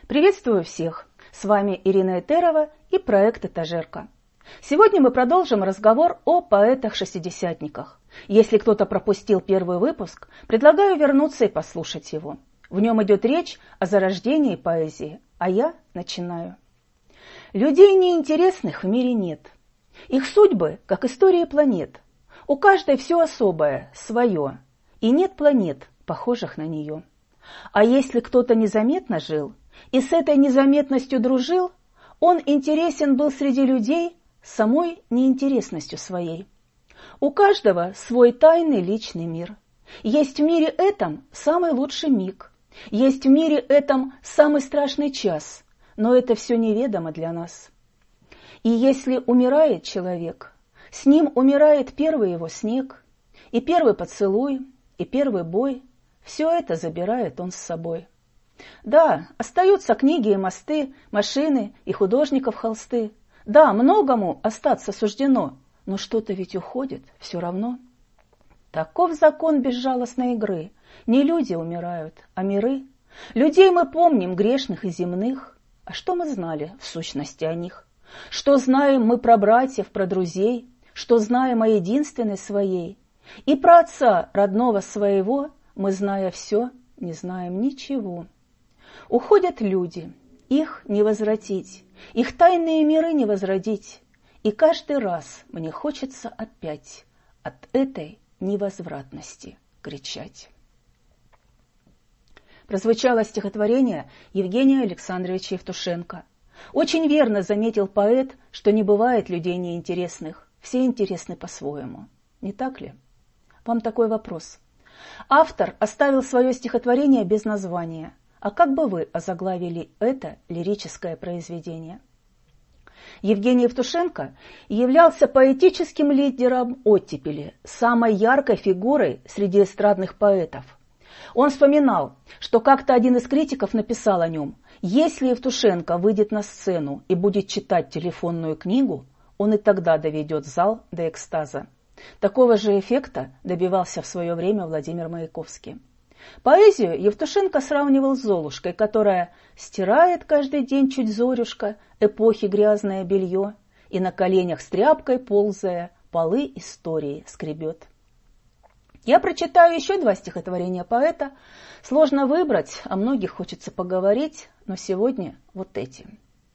Приветствую всех! С вами Ирина Этерова и проект «Этажерка». Сегодня мы продолжим разговор о поэтах-шестидесятниках. Если кто-то пропустил первый выпуск, предлагаю вернуться и послушать его. В нем идет речь о зарождении поэзии, а я начинаю. Людей неинтересных в мире нет. Их судьбы, как истории планет. У каждой все особое, свое, и нет планет, похожих на нее. А если кто-то незаметно жил и с этой незаметностью дружил, он интересен был среди людей самой неинтересностью своей. У каждого свой тайный личный мир. Есть в мире этом самый лучший миг. Есть в мире этом самый страшный час, но это все неведомо для нас. И если умирает человек, с ним умирает первый его снег, и первый поцелуй, и первый бой, все это забирает он с собой. Да, остаются книги и мосты, машины и художников холсты. Да, многому остаться суждено, но что-то ведь уходит все равно. Таков закон безжалостной игры. Не люди умирают, а миры. Людей мы помним, грешных и земных. А что мы знали в сущности о них? Что знаем мы про братьев, про друзей? Что знаем о единственной своей? И про отца родного своего мы, зная все, не знаем ничего. Уходят люди, их не возвратить, их тайные миры не возродить. И каждый раз мне хочется опять от этой невозвратности кричать. Прозвучало стихотворение Евгения Александровича Евтушенко. Очень верно заметил поэт, что не бывает людей неинтересных, все интересны по-своему. Не так ли? Вам такой вопрос. Автор оставил свое стихотворение без названия. А как бы вы озаглавили это лирическое произведение? Евгений Евтушенко являлся поэтическим лидером оттепели, самой яркой фигурой среди эстрадных поэтов. Он вспоминал, что как-то один из критиков написал о нем: «Если Евтушенко выйдет на сцену и будет читать телефонную книгу, он и тогда доведет зал до экстаза». Такого же эффекта добивался в свое время Владимир Маяковский. Поэзию Евтушенко сравнивал с Золушкой, которая стирает каждый день чуть зорюшка эпохи грязное белье и на коленях с тряпкой ползая полы истории скребет. Я прочитаю еще два стихотворения поэта. Сложно выбрать, о многих хочется поговорить, но сегодня вот эти.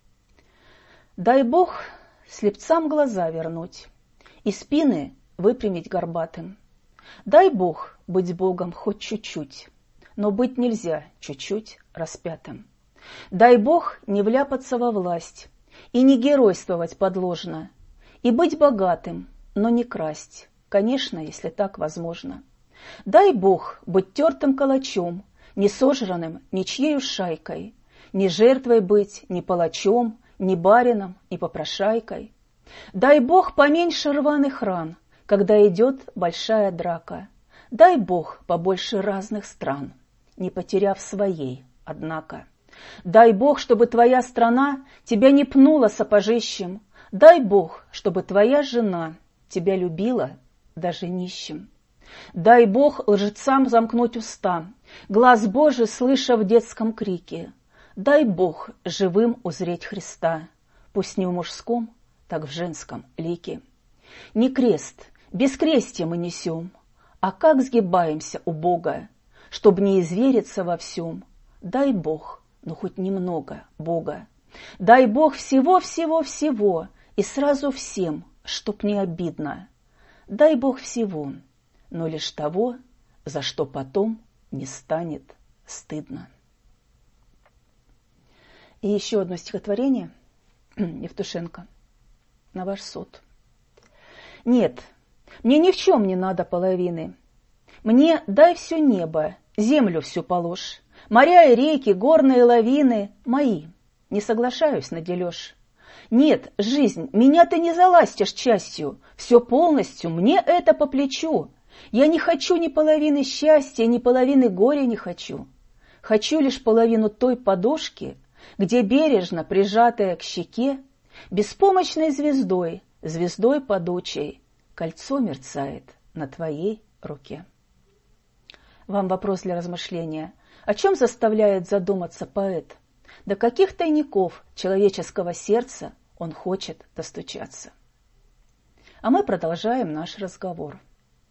«Дай Бог слепцам глаза вернуть и спины выпрямить горбатым. Дай Бог быть Богом хоть чуть-чуть, но быть нельзя чуть-чуть распятым. Дай Бог не вляпаться во власть и не геройствовать подложно, и быть богатым, но не красть, конечно, если так возможно. Дай Бог быть тертым калачом, не сожранным ничьею шайкой, ни жертвой быть, ни палачом, ни барином, ни попрошайкой. Дай Бог поменьше рваных ран, когда идет большая драка. Дай Бог побольше разных стран, не потеряв своей, однако. Дай Бог, чтобы твоя страна тебя не пнула сапожищем. Дай Бог, чтобы твоя жена тебя любила даже нищим. Дай Бог лжецам замкнуть уста, глаз Божий слыша в детском крике. Дай Бог живым узреть Христа, пусть не в мужском, так в женском лике. Не крест, бескрестие мы несем, а как сгибаемся у Бога, чтоб не извериться во всем. Дай Бог, ну хоть немного Бога. Дай Бог всего-всего-всего и сразу всем, чтоб не обидно. Дай Бог всего, но лишь того, за что потом не станет стыдно». И еще одно стихотворение Евтушенко на ваш суд. «Нет, мне ни в чем не надо половины. Мне дай все небо, землю всю положь, моря и реки, горные лавины мои. Не соглашаюсь на дележ. Нет, жизнь, меня ты не заластишь частью, все полностью, мне это по плечу. Я не хочу ни половины счастья, ни половины горя не хочу. Хочу лишь половину той подушки, где бережно прижатая к щеке, беспомощной звездой, звездой падучей, кольцо мерцает на твоей руке». Вам вопрос для размышления. О чем заставляет задуматься поэт? До каких тайников человеческого сердца он хочет достучаться? А мы продолжаем наш разговор.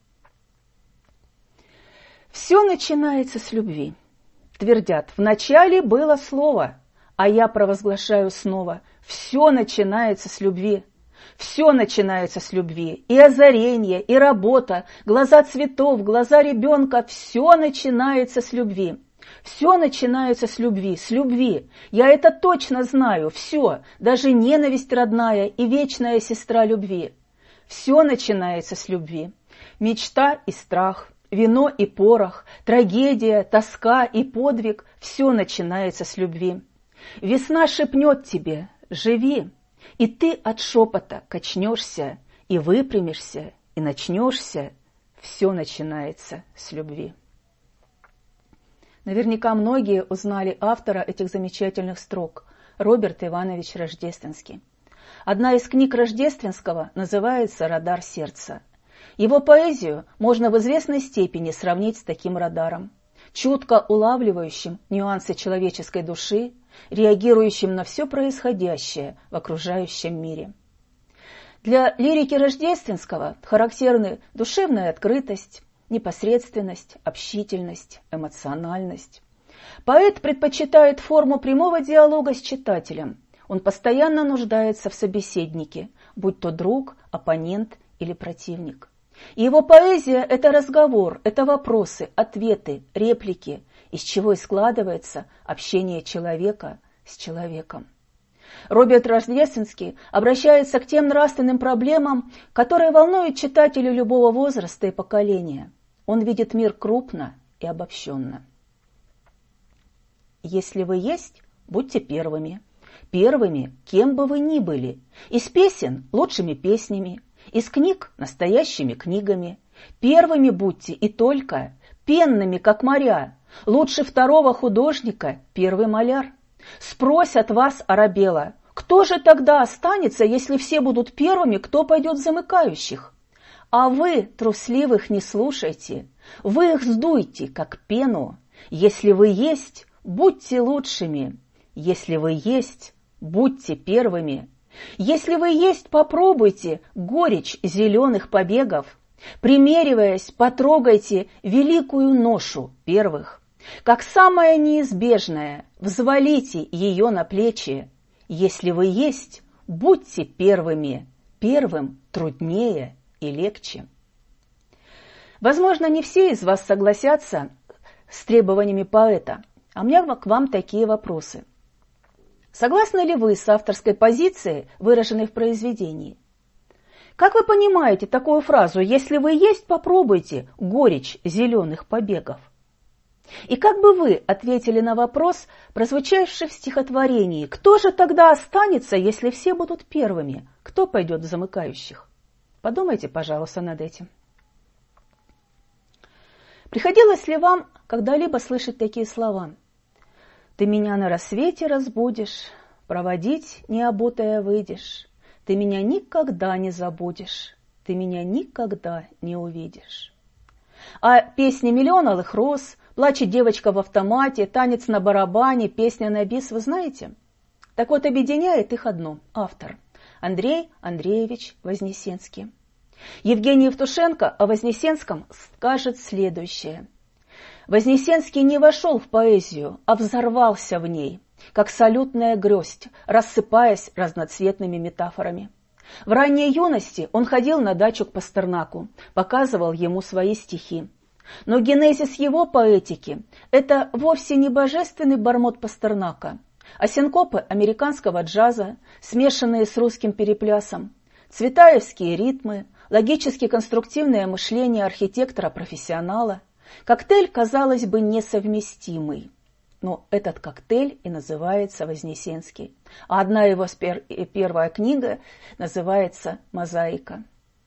Все начинается с любви. Твердят, вначале было слово, а я провозглашаю снова, все начинается с любви. Все начинается с любви. И озарение, и работа, глаза цветов, глаза ребенка, все начинается с любви. Все начинается с любви, с любви. Я это точно знаю, все, даже ненависть родная и вечная сестра любви. Все начинается с любви. Мечта и страх, вино и порох, трагедия, тоска и подвиг – все начинается с любви. Весна шепнет тебе «Живи!» И ты от шепота качнешься, и выпрямишься, и начнешься. Все начинается с любви. Наверняка многие узнали автора этих замечательных строк – Роберт Иванович Рождественский. Одна из книг Рождественского называется «Радар сердца». Его поэзию можно в известной степени сравнить с таким радаром, чутко улавливающим нюансы человеческой души, реагирующим на все происходящее в окружающем мире. Для лирики Рождественского характерны душевная открытость, непосредственность, общительность, эмоциональность. Поэт предпочитает форму прямого диалога с читателем. Он постоянно нуждается в собеседнике, будь то друг, оппонент или противник. И его поэзия – это разговор, это вопросы, ответы, реплики, из чего и складывается общение человека с человеком. Роберт Рождественский обращается к тем нравственным проблемам, которые волнуют читателей любого возраста и поколения. Он видит мир крупно и обобщенно. Если вы есть, будьте первыми. Первыми, кем бы вы ни были. Из песен – лучшими песнями, из книг – настоящими книгами. Первыми будьте и только, пенными, как моря. Лучше второго художника – первый маляр. Спросят вас, оробела, кто же тогда останется, если все будут первыми, кто пойдет замыкающих? А вы, трусливых, не слушайте, вы их сдуйте, как пену. Если вы есть, будьте лучшими. Если вы есть, будьте первыми. Если вы есть, попробуйте горечь зеленых побегов. Примериваясь, потрогайте великую ношу первых. Как самое неизбежное, взвалите ее на плечи. Если вы есть, будьте первыми. Первым труднее и легче. Возможно, не все из вас согласятся с требованиями поэта, а у меня к вам такие вопросы. Согласны ли вы с авторской позицией, выраженной в произведении? Как вы понимаете такую фразу «если вы есть, попробуйте горечь зеленых побегов»? И как бы вы ответили на вопрос, прозвучавший в стихотворении «Кто же тогда останется, если все будут первыми? Кто пойдет в замыкающих?» Подумайте, пожалуйста, над этим. Приходилось ли вам когда-либо слышать такие слова? «Ты меня на рассвете разбудишь, проводить необутая выйдешь, ты меня никогда не забудешь, ты меня никогда не увидишь». А песни «Миллион алых роз», «Плачет девочка в автомате», «Танец на барабане», «Песня на бис» вы знаете? Так вот, объединяет их одно – автор Андрей Андреевич Вознесенский. Евгений Евтушенко о Вознесенском скажет следующее. Вознесенский не вошел в поэзию, а взорвался в ней, как салютная гроздь, рассыпаясь разноцветными метафорами. В ранней юности он ходил на дачу к Пастернаку, показывал ему свои стихи. Но генезис его поэтики – это вовсе не божественный бормот Пастернака, а синкопы американского джаза, смешанные с русским переплясом, цветаевские ритмы, логически-конструктивное мышление архитектора-профессионала, коктейль, казалось бы, несовместимый. Но этот коктейль и называется Вознесенский. А одна его первая книга называется «Мозаика».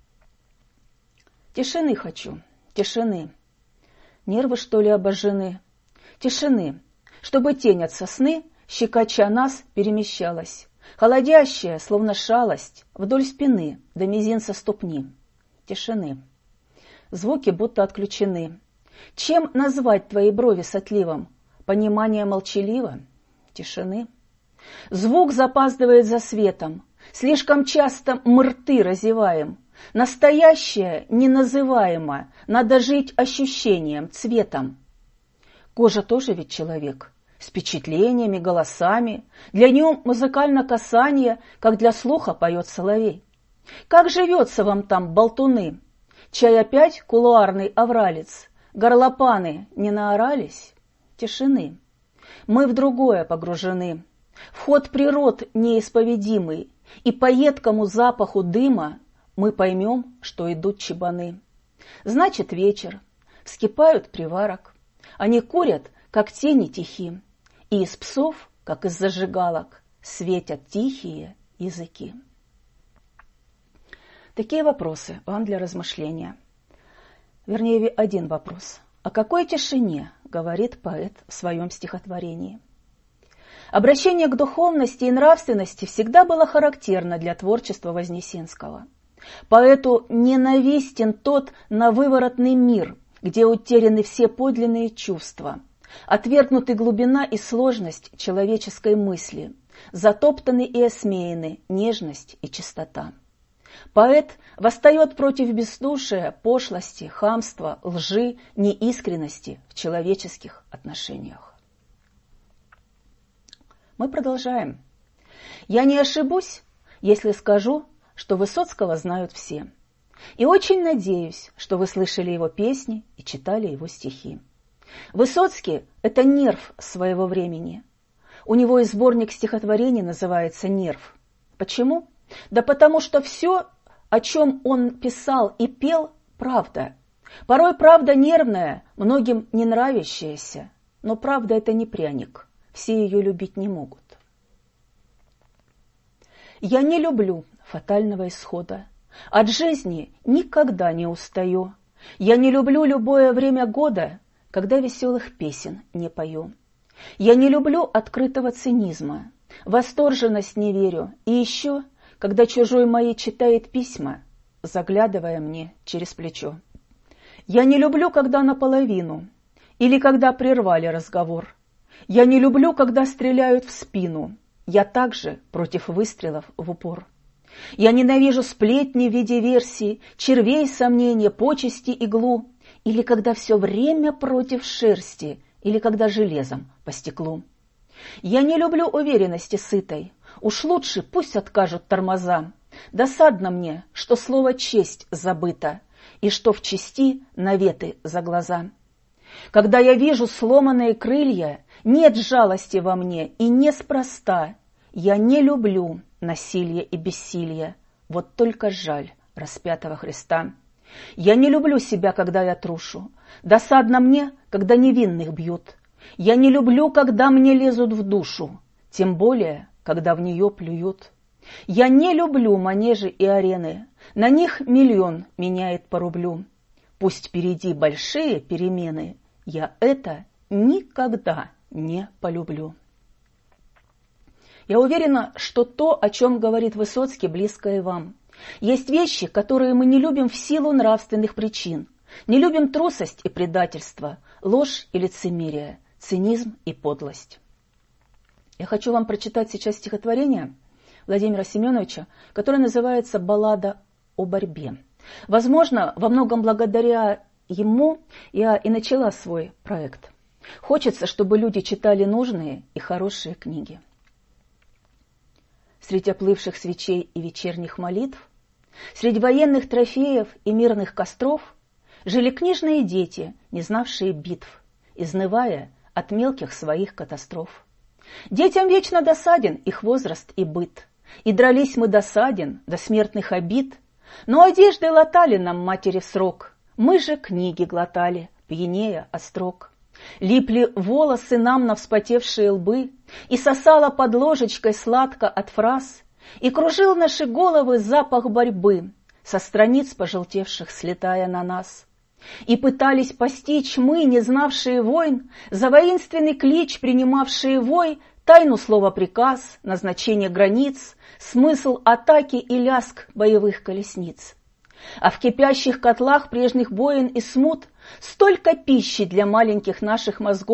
Тишины хочу, тишины. Нервы, что ли, обожжены? Тишины, чтобы тень от сосны, щекоча нас, перемещалась, холодящая, словно шалость, вдоль спины до мизинца ступни. Тишины. Звуки будто отключены. Чем назвать твои брови с отливом? Понимание молчаливо? тишины. Звук запаздывает за светом, слишком часто мы рты разеваем. Настоящее неназываемо, надо жить ощущением, цветом. Кожа тоже ведь человек, с впечатлениями, голосами. Для нее музыкально касание, как для слуха поет соловей. Как живется вам там, болтуны? Чай опять кулуарный авралец? Горлопаны не наорались? Тишины. Мы в другое погружены. Вход природ неисповедимый, и по едкому запаху дыма мы поймем, что идут чабаны. Значит, вечер. Вскипают приварок. Они курят, как тени тихи, и из псов, как из зажигалок, светят тихие языки. Такие вопросы вам для размышления. Вернее, один вопрос. О какой тишине говорит поэт в своем стихотворении? Обращение к духовности и нравственности всегда было характерно для творчества Вознесенского. Поэту ненавистен тот навыворотный мир, где утеряны все подлинные чувства, отвергнуты глубина и сложность человеческой мысли, затоптаны и осмеяны нежность и чистота. Поэт восстает против бездушия, пошлости, хамства, лжи, неискренности в человеческих отношениях. Мы продолжаем. Я не ошибусь, если скажу, что Высоцкого знают все. И очень надеюсь, что вы слышали его песни и читали его стихи. Высоцкий – это нерв своего времени. У него и сборник стихотворений называется «Нерв». Почему? Да потому что все, о чем он писал и пел, правда. Порой правда нервная, многим не нравящаяся, но правда – это не пряник, все ее любить не могут. Я не люблю фатального исхода. От жизни никогда не устаю. Я не люблю любое время года, когда веселых песен не пою. Я не люблю открытого цинизма, восторженность не верю. И еще, когда чужой мои читает письма, заглядывая мне через плечо. Я не люблю, когда наполовину, или когда прервали разговор. Я не люблю, когда стреляют в спину. Я также против выстрелов в упор. Я ненавижу сплетни в виде версий, червей, сомнения, почести, иглу, или когда все время против шерсти, или когда железом по стеклу. Я не люблю уверенности сытой, уж лучше пусть откажут тормоза. Досадно мне, что слово «честь» забыто, и что в чести наветы за глаза. Когда я вижу сломанные крылья, нет жалости во мне и неспроста. Я не люблю насилие и бессилие, вот только жаль распятого Христа. Я не люблю себя, когда я трушу, досадно мне, когда невинных бьют. Я не люблю, когда мне лезут в душу, тем более, когда в нее плюют. Я не люблю манежи и арены, на них миллион меняет по рублю. Пусть впереди большие перемены, я это никогда не полюблю. Я уверена, что то, о чем говорит Высоцкий, близко и вам. Есть вещи, которые мы не любим в силу нравственных причин. Не любим трусость и предательство, ложь и лицемерие, цинизм и подлость. Я хочу вам прочитать сейчас стихотворение Владимира Семеновича, которое называется «Баллада о борьбе». Возможно, во многом благодаря ему я и начала свой проект. Хочется, чтобы люди читали нужные и хорошие книги. Среди оплывших свечей и вечерних молитв, среди военных трофеев и мирных костров жили книжные дети, не знавшие битв, изнывая от мелких своих катастроф. Детям вечно досаден их возраст и быт, и дрались мы досаден до смертных обид, но одежды латали нам матери в срок, мы же книги глотали, пьянея от строк. Липли волосы нам на вспотевшие лбы, и сосала под ложечкой сладко от фраз, и кружил наши головы запах борьбы, со страниц пожелтевших слетая на нас. И пытались постичь мы, не знавшие войн, за воинственный клич принимавшие вой, тайну слова приказ, назначение границ, смысл атаки и лязг боевых колесниц. А в кипящих котлах прежних боин и смут столько пищи для маленьких наших мозгов,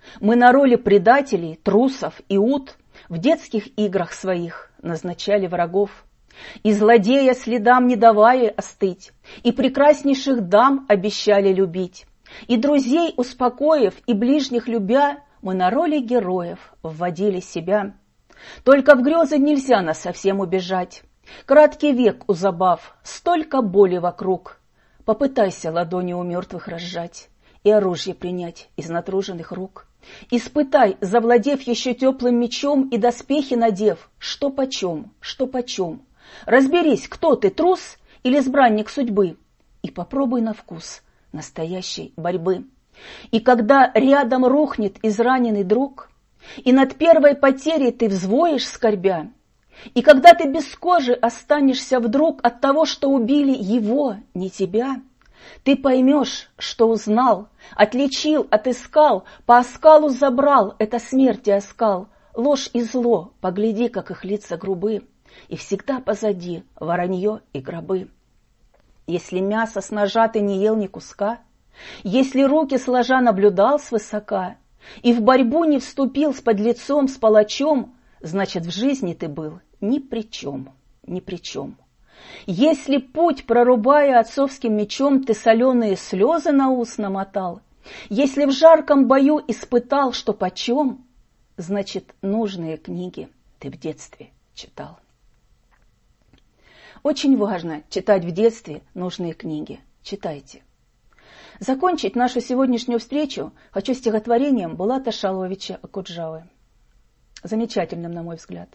Мы на роли предателей, трусов и ут в детских играх своих назначали врагов. И злодея следам не давая остыть, и прекраснейших дам обещали любить. И друзей успокоив, и ближних любя, мы на роли героев вводили себя. Только в грезы нельзя нас совсем убежать. Краткий век у забав, столько боли вокруг. Попытайся ладони у мертвых разжать и оружие принять из натруженных рук. Испытай, завладев еще теплым мечом и доспехи надев, что почем, что почем. Разберись, кто ты, трус или избранник судьбы, и попробуй на вкус настоящей борьбы. И когда рядом рухнет израненный друг, и над первой потерей ты взвоишь скорбя, и когда ты без кожи останешься вдруг от того, что убили его, не тебя, ты поймешь, что узнал, отличил, отыскал, по оскалу забрал, это смерти оскал, ложь и зло, погляди, как их лица грубы, и всегда позади воронье и гробы. Если мясо с ножа ты не ел ни куска, если руки сложа наблюдал свысока, и в борьбу не вступил с подлецом, с палачом, значит, в жизни ты был ни при чем, ни при чем. Если путь, прорубая отцовским мечом, ты соленые слезы на ус намотал, если в жарком бою испытал, что почем, значит, нужные книги ты в детстве читал. Очень важно читать в детстве нужные книги. Читайте. Закончить нашу сегодняшнюю встречу хочу стихотворением Булата Шаловича Окуджавы. Замечательным, на мой взгляд.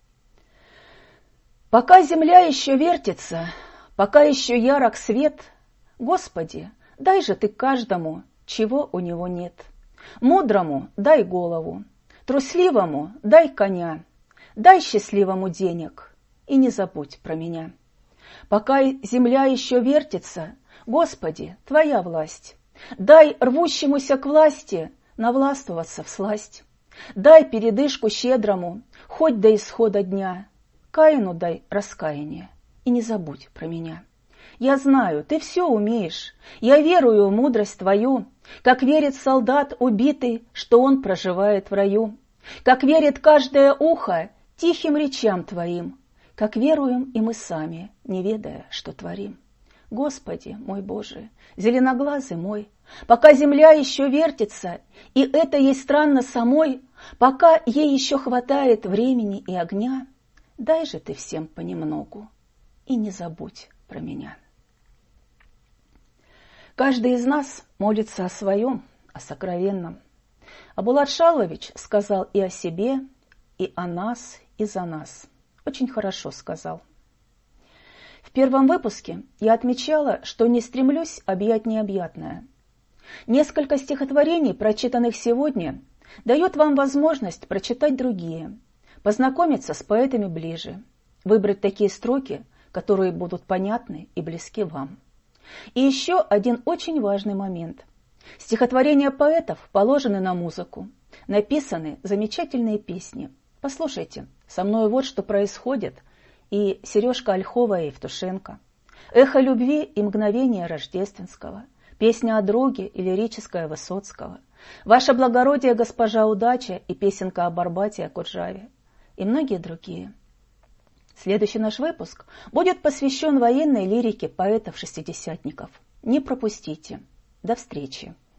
Пока земля еще вертится, пока еще ярок свет, Господи, дай же ты каждому, чего у него нет. Мудрому дай голову, трусливому дай коня, дай счастливому денег и не забудь про меня. Пока земля еще вертится, Господи, Твоя власть, дай рвущемуся к власти навластвоваться всласть. Дай передышку щедрому, хоть до исхода дня, Каину дай раскаяние и не забудь про меня. Я знаю, ты все умеешь, я верую в мудрость твою, как верит солдат убитый, что он проживает в раю, как верит каждое ухо тихим речам твоим, как веруем и мы сами, не ведая, что творим. Господи, мой Боже, зеленоглазый мой, пока земля еще вертится, и это ей странно самой, пока ей еще хватает времени и огня, дай же ты всем понемногу и не забудь про меня. Каждый из нас молится о своем, о сокровенном. А Булат Шалович сказал и о себе, и о нас, и за нас. Очень хорошо сказал. В первом выпуске я отмечала, что не стремлюсь объять необъятное. Несколько стихотворений, прочитанных сегодня, дает вам возможность прочитать другие, познакомиться с поэтами ближе, выбрать такие строки, которые будут понятны и близки вам. И еще один очень важный момент. Стихотворения поэтов положены на музыку, написаны замечательные песни. Послушайте, со мной вот что происходит, и Сережка Ольхова и Евтушенко, эхо любви и мгновения рождественского, песня о друге и лирическая Высоцкого, ваше благородие, госпожа удача и песенка о Барбате и Окуджаве, и многие другие. Следующий наш выпуск будет посвящен военной лирике поэтов-шестидесятников. Не пропустите. До встречи.